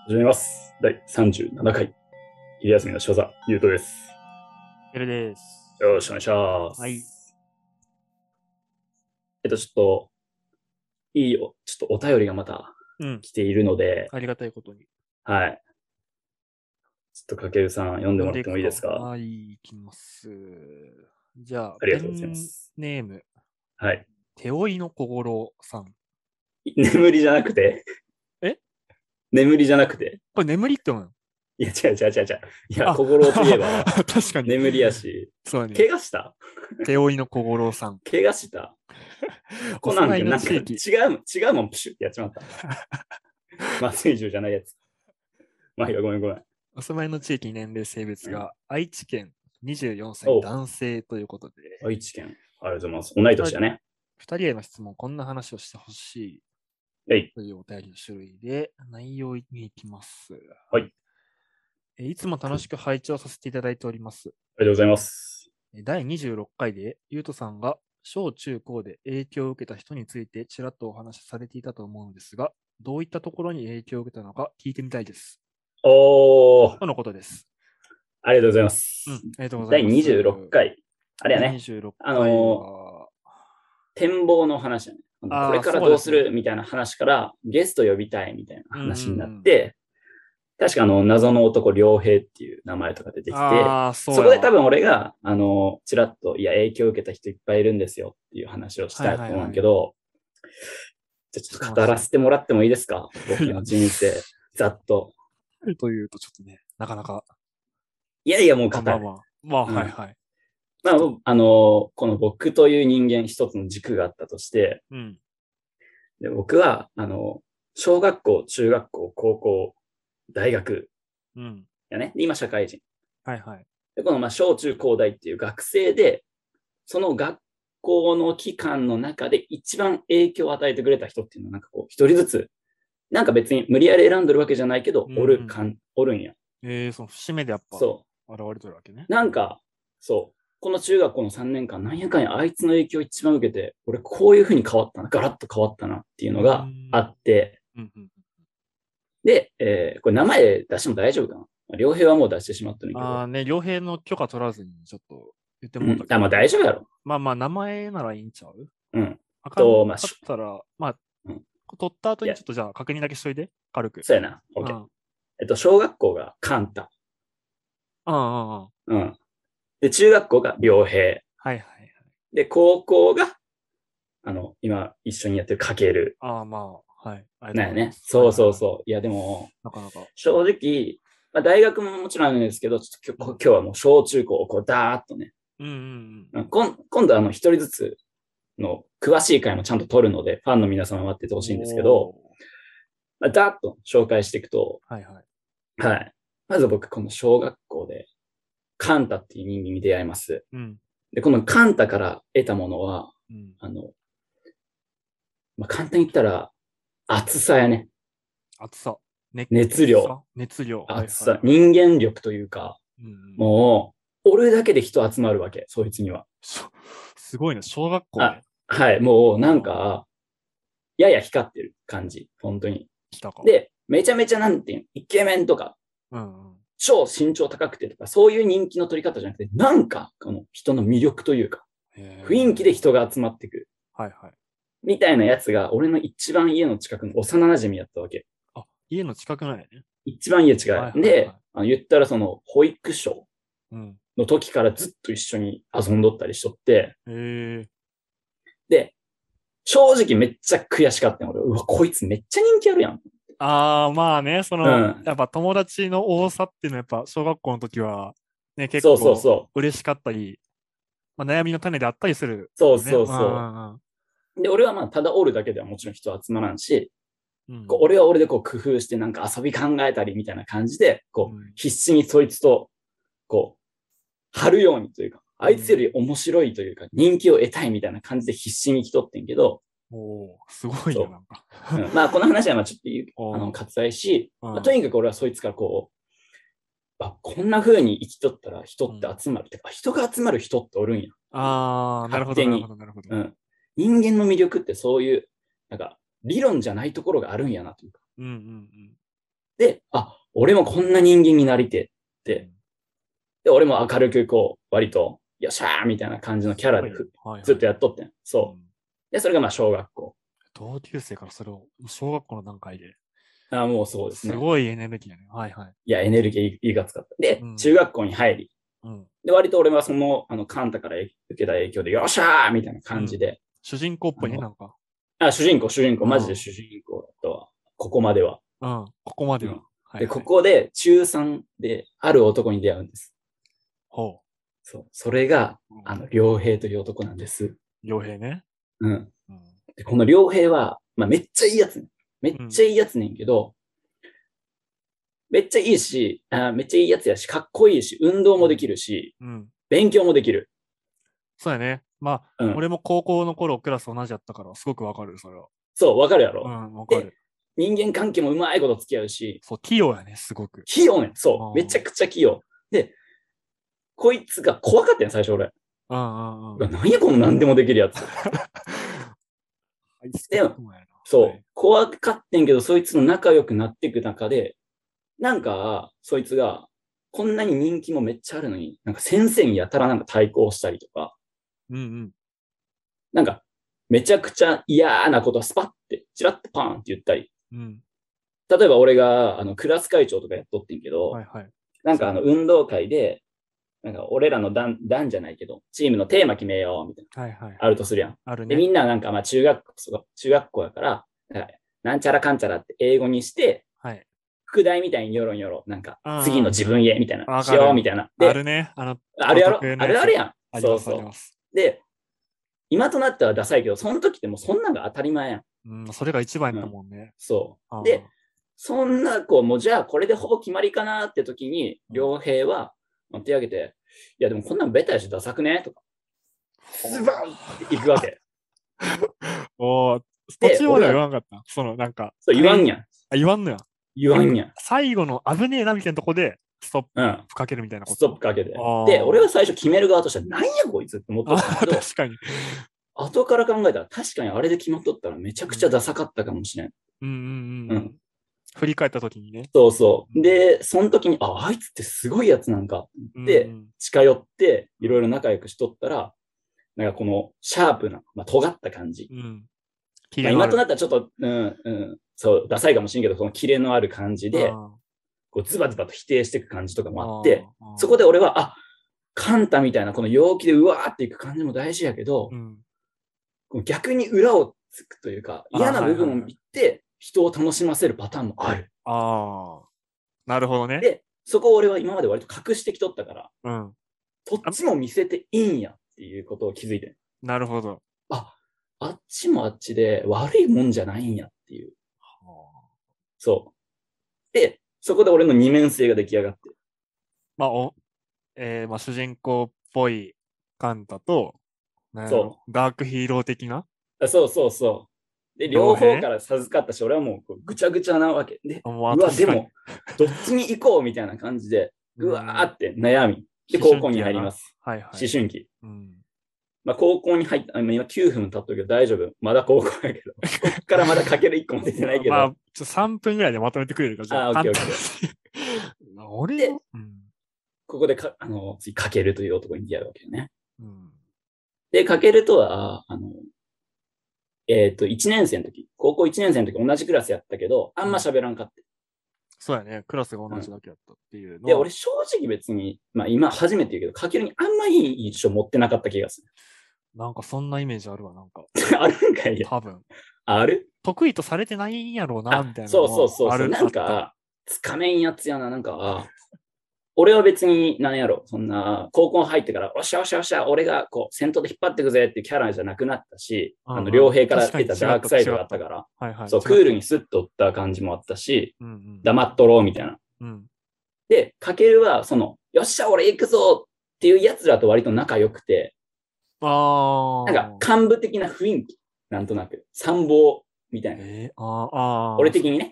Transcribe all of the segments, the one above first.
始めます。第37回。昼休みの仕業、ゆうとです。 エルです。 よろしくお願いします。 はい。 ちょっと、いいよ。ちょっとお便りがまた来ているので、 ありがたいことに。 はい。ちょっとかけるさん読んでもらってもいい読んでいくか。 ですか？ はい、いきます。じゃあ、 ありがとうございまペンす。 ネーム、 はい。 手負いの小五郎さん。 眠りじゃなくて、 え眠りじゃなくて、 これ眠りって思うの？ いや、違う違う違う違う。いや、 あ、 小五郎といえば、 確かに。 眠りやし、 そうね。 怪我した手負いの小五郎さん。 怪我したコナンお住まい君なんか違の地域。 うもんプシュってやっちまった。麻酔銃じゃないやつ。まあいいや、ごめんごめん。 お住まいの地域年齢性別うん、 が愛知県24歳おう、 男性ということで、 愛知県。ありがとうございます。同い年だね。 二人への質問、こんな話をしてほしいはい。 というお便りの種類で、内容に行きます。 はい。 いつも楽しく拝聴させていただいております。 ありがとうございます。 第26回で、ゆうとさんが小中高で影響を受けた人についてちらっとお話しされていたと思うのですが、どういったところに影響を受けたのか聞いてみたいです。 おー、 とのことです。 ありがとうございまうん、 す。 ありがとうござい第ます。 26回。あれや第ね。 26 あ回のは、 展望の話だね。これからどうすそうですね。 るみたいな話からゲスト呼びたいみたいなうんうんう話になっん。 て、確か謎の男良平っていう名前とか出てきて、 そうやわ。 そこで多分俺が、ちらっと、いや、影響を受けた人いっぱいいるんですよっていう話をしはいたと思うんはいはい。 だけど、じゃあちょっと語らしました。 せてもらってもいいですか？ いや、 僕の人生、ざっと。 というとちょっとね、なかなか、 いやいや、もう語る。 まあまあまあ、まあうん。 はいはい。 まあ、 ちょっと、 この僕という人間一つの軸があったとして、 うん、 で僕は、小学校、中学校、高校、大学うん、 やね。で今、社会人。 はいはい。 で、この、小中高大っていう学生で、その学校の期間の中で一番影響を与えてくれた人っていうのは、なんかこう、一人ずつ、なんか別に無理やり選んでるわけじゃないけど、 うんうん。 おるんや。 その節目でやっぱそ現れてるわけね。 う。なんか、そう。この中学校の3年間、なんやかんやあいつの影響を一番受けて、俺こういう風に変わったな、ガラッと変わったなっていううーのがあん。 って、 うんうん。 で、これ名前出しても大丈夫かな？良平はもう出してしまったんだけど。 ああね、傭兵の許可取らずにちょっと言ってうん。あ、 もうたけど。 まあ大丈夫やろ。 まあまあ、名前ならいいんちゃう？ うん。 あかんまあ、 かったら、まあ、 うん。 取った後いや、 にちょっとじゃあ確認だけしといて。軽く。 そうやな。 うん。う OK。 ん小学校がカンタ。 うんうん。 うん。で、中学校が良平。 はいはいはい。 で、高校が、今一緒にやってるかける。 ああ、まあ、はい。ありがとうなんやね。 ございます。はいそうはいはい。 そうそう。いや、でも、 なかなか。 正直、まあ、大学ももちろんあるんですけど、ちょっとうん。 今日はもう小中高をこうダーッとね、 うんうんうん。 今度一人ずつの詳しい回もちゃんと取るので、ファンの皆様待っててほしいんですけど、 おー。 まあ、ダーッと紹介していくと、 はいはい。 はい。まず僕、この小学校で、カンタっていう人間に出会います。 うん。 で、このカンタから得たものは、 うん。 あの、まあ、簡単に言ったら、熱さやね。 暑さ。熱熱量、 さ熱量。はい熱さ、 はいはい。 人間力というか、 うんうん。 もう、俺だけで人集まるわけ、そいつには。 すごいね。小学校あ、 で。 はい、もうなんああ、 か、やや光ってる感じ、本当に。 来たか。 で、めちゃめちゃなんていうの、イケメンとか、 うんうん。 超身長高くてとか、そういう人気の取り方じゃなくて、なんか、この人の魅力というか、 へ雰囲気でえ。 人が集まってくる。 はいはい。 みたいなやつが、俺の一番家の近くの幼馴染やったわけ。 あ、家の近くなんやね。 一番家近い。 はいはいはで、 い。 言ったらその、保育所うん。 の時からずっと一緒に遊んどったりしとって、 へえ。 で、正直めっちゃ悔しかったよ。俺、うわ、こいつめっちゃ人気あるやん。 ああ、まあね、 うん。 やっぱ友達の多さっていうのはやっぱ小学校の時はね、結そうそう構そう。 嬉しかったり、まあ、悩みの種であったりするよね。 そうそううんうそんうん。 う。で、俺はまあ、ただおるだけではもちろん人集まらんし、 うん俺は俺でこう工夫してなんか遊び考えたりみたいな感じで、こう、 うん必死にそいつと、こう、張るようにというか、あいつよりうん。 面白いというか、人気を得たいみたいな感じで必死に来とってんけど、 おお、すごいな、なそんか。 う。うん、まあ、この話はまあちょっと言う、 おお、 割愛し、まあ、とうん、 にかく俺はそいつからこう、こんな風に生きとったら人ってうん。 集まる。てか、人が集まる人っておるんやっていう。 ああ、なるほど、なるほ勝手に。 ど、なるほど。 うん。人間の魅力ってそういう、なんか、理論じゃないところがあるんやなというか。 うんうんで、俺もこんな人間になりてって、で、俺も明るくこう、割と、よっしゃーみたいな感じのキャラでずっとやっとってん。そう。で、それがまあ小学校。 同級生からそれを小学校の段階で。 もうそうですね。 すごいエネルギーだね。はいはい。 いや、エネルギーいいが使った。で、中学校に入り。で、割と俺はその、カンタから受けた影響で、よっしゃーみたいな感じで。 主人公っぽいね、なんか。 主人公、マジで主人公だったわ。ここまでは。 ここまでは。 で、ここで中3である男に出会うんです。 ほう。 そう。それが、良平という男なんです。 良平ね。 で、この良平は、まあ、めっちゃいいやつね。めっちゃいいやつねんけど、めっちゃいいし、めっちゃいいやつやし、かっこいいし、運動もできるし、勉強もできる。 そうやね。まあ、俺も高校の頃クラス同じやったから、すごくわかる、それは。 そう、わかるやろ。 わかる。 人間関係もうまいこと付き合うし。 そう、器用やね、すごく。 器用ね。そう、めちゃくちゃ器用。で、こいつが怖かったん最初俺。何やこの何でもできるやつ。でも、そう、怖かってんけど、そいつの仲良くなっていく中で、なんか、そいつが、こんなに人気もめっちゃあるのに、なんか先生にやたらなんか対抗したりとか、なんか、めちゃくちゃ嫌なことはスパッて、チラッとパーンって言ったり。例えば俺が、クラス会長とかやっとってんけど、なんか運動会で、なんか俺らの団じゃないけど、チームのテーマ決めようみたいな。あるとするやん。 あるね。 で、みんななんかまあ中学校やから、なんちゃらかんちゃらって英語にして、副題みたいにニョロニョロ、なんか次の自分へみたいな、しようみたいな。 あるね。 あるやろ、あるやん。そうそう。で、今となってはダサいけど、その時ってもうそんなんが当たり前やん。それが一番やったもんね。 そう。で、そんな、もうじゃあこれでほぼ決まりかなって時に、良平は手挙げて、いやでもこんなんベタやしダサくねとか、ズバンっていくわけ。 途中までは言わんかった。なんか。 そう、言わんやん。 言わんのや。 言わんやん。 最後の危ねえなみたいなとこで、ストップかけるみたいなこと。 ストップかけて。で、俺は最初決める側としては、何やこいつって思ってたけど、 確かに。 後から考えたら、確かにあれで決まっとったらめちゃくちゃダサかったかもしれん。 振り返った時にね。 そうそう。で、その時に、あいつってすごいやつなんかって近寄って、いろいろ仲良くしとったら、なんかこのシャープな、尖った感じ。今となったらちょっと、そう、ダサいかもしれんけど、そのキレのある感じで、こうズバズバと否定していく感じとかもあって、そこで俺は、カンタみたいなこの陽気でうわーっていく感じも大事やけど、逆に裏をつくというか、嫌な部分を見て人を楽しませるパターンもある。 なるほどね。 で、そこを俺は今まで割と隠してきとったから、そっちも見せていいんやっていうことを気づいて。 なるほど。 あっちもあっちで悪いもんじゃないんやっていう。そう。で、そこで俺の二面性が出来上がって。 主人公っぽいカンタと、ダークヒーロー的なそうそうそう。で、両方から授かったし、俺はもうぐちゃぐちゃなわけで、でも、どっちに行こうみたいな感じで、うわーって悩み。で、高校に入ります。思春期。高校に入った、今9分経ったけど大丈夫。まだ高校やけど。こっからまだかける1個も出てないけど。 3分ぐらいでまとめてくれるかじゃあ。 オッケーオッケー。俺ここで次、かけるという男に出会うわけよね。で、かけるとは、1年生の時、高校1年生の時同じクラスやったけど、あんま喋らんかって。 そうやね。クラスが同じだけやったっていうの。 で、俺正直別に、今初めて言うけど、かけるにあんまいい印象持ってなかった気がする。 なんかそんなイメージあるわ、なんか。 あるんかいや。 多分。 ある得意とされてないんやろうな、みたいな。 そう。なんか、つかめんやつやな、なんか、俺は別に、なんやろ、そんな、高校入ってから、おっしゃおっしゃおっしゃ、俺がこう、先頭で引っ張ってくぜっていうキャラじゃなくなったし、両兵から出たダークサイドがあったから、そう、クールにスッとった感じもあったし、黙っとろうみたいな。で、かけるは、よっしゃ、俺行くぞっていうやつらと割と仲良くて、なんか、幹部的な雰囲気、なんとなく、参謀みたいな。俺的にね。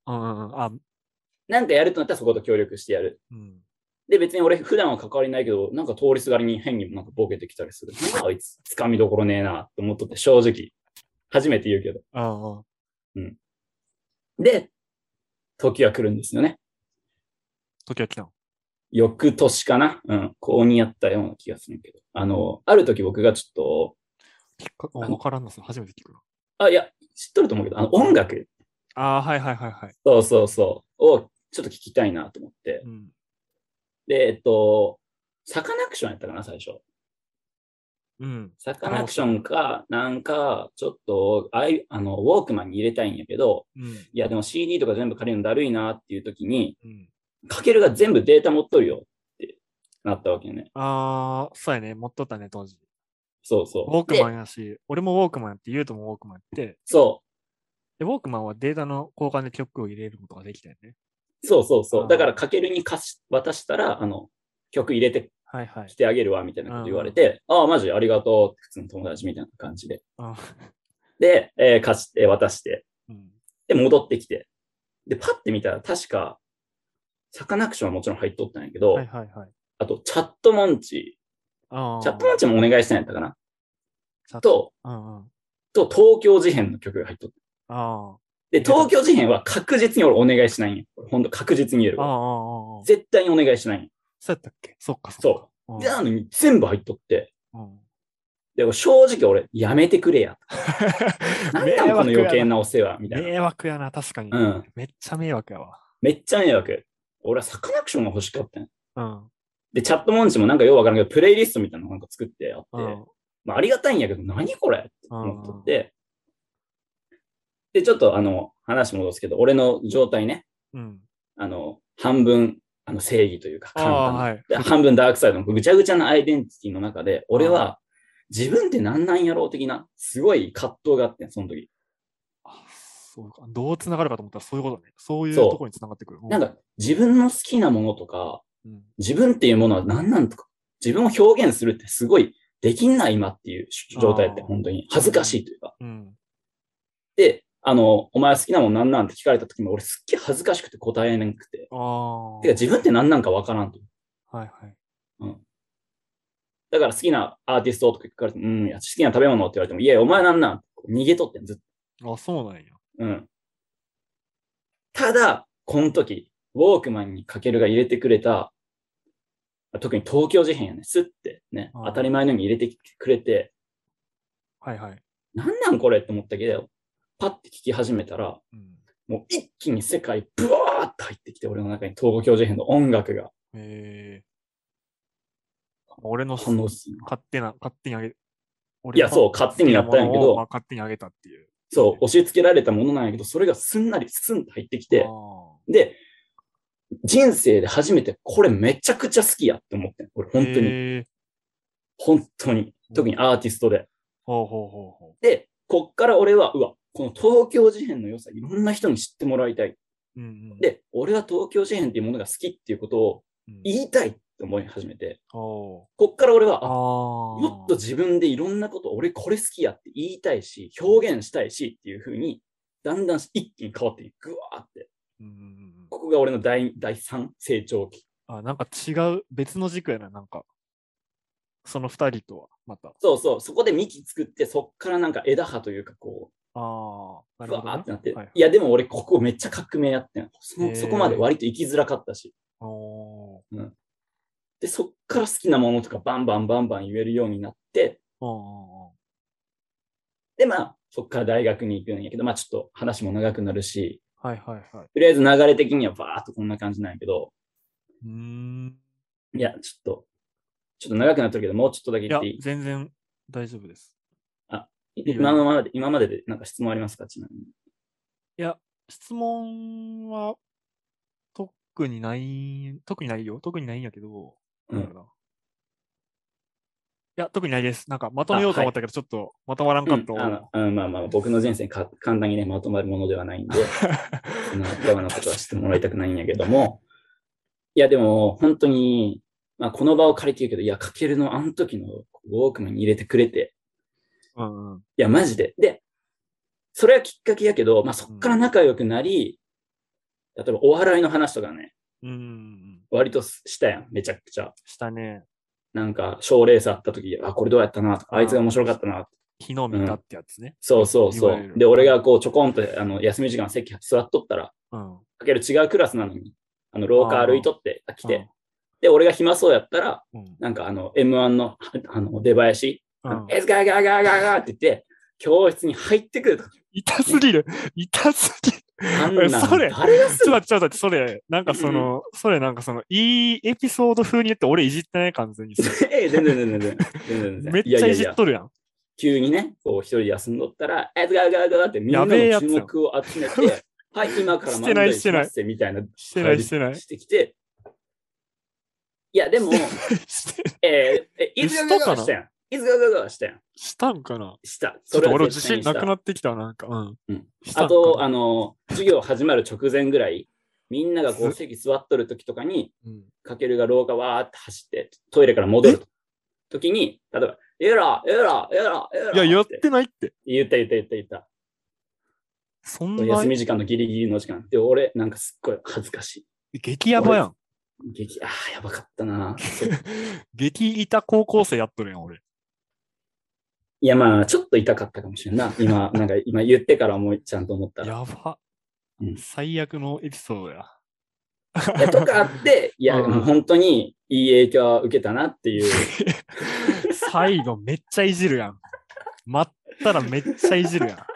なんかやるとなったらそこと協力してやる。で、別に俺普段は関わりないけど、なんか通りすがりに変になんかボケてきたりする。あいつ、つかみどころねえなって思っとって、正直。初めて言うけど。で、 時は来るんですよね。 時は来たの。 翌年かな、高2やったような気がするけど。ある時僕がちょっと、 わからんのす。初めて聞くいや、知っとると思うけど、音楽。 はいはいはいはい。 そうそうそう。をちょっと聞きたいなと思って。で、サカナクションやったかな、最初。サカナクションか、なんか、ちょっと、ウォークマンに入れたいんやけど、いや、でも CD とか全部借りるのだるいなっていう時に、かけるが全部データ持っとるよってなったわけね。 そうやね。持っとったね、当時。 そうそう。 ウォークマンやし、俺もウォークマンやって、ユートもウォークマンやって、 そう。 で、ウォークマンはデータの交換で曲を入れることができたよね。 そうそうそう。だから、かけるに渡したら、曲入れてきてあげるわ、みたいなこと言われて、ああ、マジありがとうって普通の友達みたいな感じで。で、貸して、渡して、で、戻ってきて、で、パッて見たら、確か、サカナクションはもちろん入っとったんやけど、あと、チャットモンチもお願いしたんやったかな。と、東京事変の曲が入っとった。で、東京事変は確実に俺お願いしないんや。ほんと確実に言えるわ。絶対にお願いしないんや。 そうやったっけ？そっか。 そう。なのに全部入っとって。でも正直俺、やめてくれや。なんなんこの余計なお世話みたいな。 迷惑やな、確かに。めっちゃ迷惑やわ。 めっちゃ迷惑。俺はサカナクションが欲しかったん。で、チャットモンチもなんかようわからんけど、プレイリストみたいなのなんか作ってあって、まあありがたいんやけど、何これって思っとって、で、ちょっと話戻すけど、俺の状態ね、半分、正義というか、半分ダークサイドのぐちゃぐちゃなアイデンティティの中で、俺は自分って何なんやろう的な、すごい葛藤があってん、その時。 そうか。どう繋がるかと思ったらそういうことね。そういうところに繋がってくる。 なんか、自分の好きなものとか、自分っていうものは何なんとか、自分を表現するってすごいできんない今っていう状態って本当に恥ずかしいというか。で、お前好きなもんなんなんって聞かれた時も俺すっげえ恥ずかしくて答えなくて。てか自分って何なんかわからんと。だから好きなアーティストとか聞かれても、いや好きな食べ物って言われても、いや、お前なんなん逃げとってん、ずっと。そうなんや。ただ、この時、ウォークマンにかけるが入れてくれた、特に東京事変やね、スッてね、当たり前のように入れてくれて、なんなんこれって思ったけど、パッて聞き始めたら、もう一気に世界ブワーって入ってきて、俺の中に東京事変の音楽が。 俺の勝手にあげ、 いや、そう、勝手にやったんやけど、 勝手にあげたっていう。 そう、押し付けられたものなんやけど、それがすんなりスンと入ってきて、で、人生で初めてこれめちゃくちゃ好きやって思ってん。これ本当に。本当に。特にアーティストで。で、こっから俺は、この東京事変の良さ、いろんな人に知ってもらいたい。で、俺は東京事変っていうものが好きっていうことを言いたいって思い始めて、こっから俺は、もっと自分でいろんなこと、俺これ好きやって言いたいし、表現したいしっていう風に、だんだん一気に変わっていく、ぐわーって。ここが俺の第3成長期。 なんか違う、別の軸やな、なんか。その2人とは、また。 そうそう、そこで幹作って、そっからなんか枝葉というか、こう、 なるほど、ね、 わーってなって、いや、でも俺、ここめっちゃ革命やってん。そこまで割と生きづらかったし。で、そっから好きなものとかバンバン言えるようになって、で、まあ、そっから大学に行くんやけど、まあちょっと話も長くなるし、とりあえず流れ的にはバーっとこんな感じなんやけど、いや、ちょっと長くなってるけど、もうちょっとだけ言っていい？ いや、全然大丈夫です。 今まででなんか質問ありますか？ちなみに。 いや、質問は特にないんやけど、いや、特にないです。なんか、まとめようと思ったけど、ちょっとまとまらんかった。 まあ、僕の人生簡単にね、まとまるものではないんで、その側のことはしてもらいたくないんやけども、いや、でも、本当に、まあ、この場を借りて言うけど、いや、かけるのあの時のウォークマンに入れてくれて、いや、マジで。で、それはきっかけやけど、まあ、そっから仲良くなり、例えばお笑いの話とかね、割としたやん、めちゃくちゃ。 したね。 なんか、賞レースあった時、これどうやったなとか、あいつが面白かったな。 昨日見たってやつね。 そう。で、俺がこう、ちょこんと、休み時間席座っとったら、 かける違うクラスなのに、廊下歩いとって来うんて、で、俺が暇そうやったら、 うんなんかM1 の、出囃子、 うんエスガーガーガーガーガーって言って、教室に入ってくると。 痛すぎる。痛すぎる。 あんなんそれ、 誰がするちょっと待って、それ、なんかいいエピソード風に言って俺いじってない完全に。 全然。 めっちゃいじっとるやん。 急にね、こう一人で休んどったら、エスガーガーガーってみんなの注目を集めて、はい、今から漫才しますみたいな。 してない。 してきて、いや、でも、いつガーガーしたやん。いつガーガーしたやん。 したんかなした。 ちょっと俺自信なくなってきた、なんか。 あと、授業始まる直前ぐらい、みんながこう席座っとる時とかに、かけるが廊下わーって走って、トイレから戻る時に、例えば、エラーいや、やってないって。 言った。 そんな休み時間のギリギリの時間。で、俺、なんかすっごい恥ずかしい。 激ヤバやん。 やばかったな。 激痛高校生やっとるやん、俺。 いや、まあ、ちょっと痛かったかもしれんな。今言ってからちゃんと思ったら。 やば。最悪のエピソードや。 とかあって、いや、もう本当にいい影響を受けたなっていう。 最後めっちゃいじるやん。待ったらめっちゃいじるや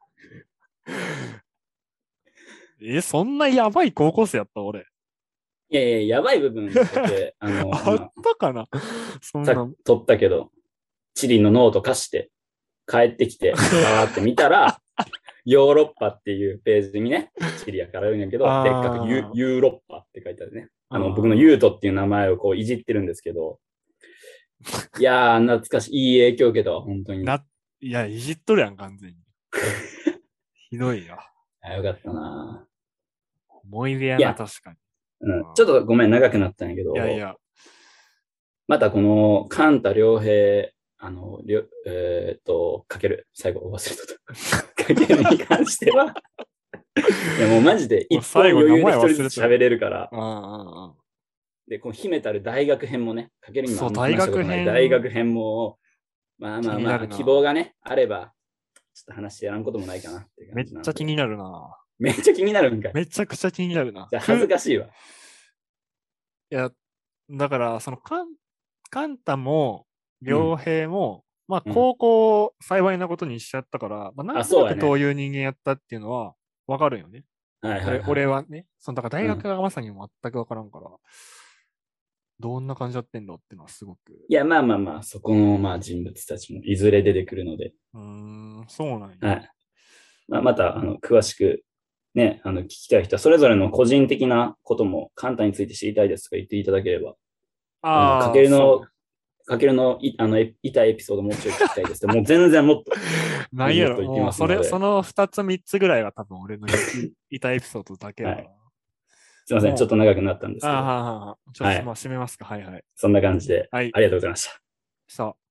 ん。そんなやばい高校生やった俺。 いや、やばい部分だってあったかなそんな。 撮ったけど、チリのノート貸して、帰ってきて、バーって見たら、ヨーロッパっていうページにね、チリやから言うんやけど、でっかくユーロッパって書いてあるね。僕のユートっていう名前をこういじってるんですけど、いやー、懐かしい。いい影響を受けたわ、本当に。 いや、いじっとるやん、完全に。ひどいよ。 よかったな。 思い出やな、確かに。 ちょっとごめん、長くなったんやけど、 いや。 またこの、カンタ良平、かける、最後忘れた。かけるに関しては、いやもうマジで、一本余裕で一人ずつ喋れるから、で、この秘めたる大学編もね、かけるにも話したことない大学編も、まあ、希望がね、あれば、ちょっと話してやらんこともないかなって感じ。 めっちゃ気になるな。 めっちゃ気になるんかい。 めちゃくちゃ気になるな。 じゃ恥ずかしいわ。 いや、だから、カンタも、良平も、まあ、高校、幸いなことにしちゃったから、まあ、なんとなくどういう人間やったっていうのは、わかるよね。俺はね、だから大学がまさに全くわからんから、どんな感じやってんだっていうのはすごく。 いや、まあ、そこの人物たちもいずれ出てくるので。 そうなんや。 はい。また、詳しく、ね、聞きたい人は、それぞれの個人的なことも、カンタについて知りたいですとか言っていただければ、かけるの痛いエピソードもうちょい聞きたいです。もう全然もっと。 何やろ、もうその2つ3つぐらいは多分俺の痛いエピソードだけだから。 すいません、ちょっと長くなったんですけど。 ちょっと締めますか。はい。 そんな感じで、 はい。 ありがとうございました。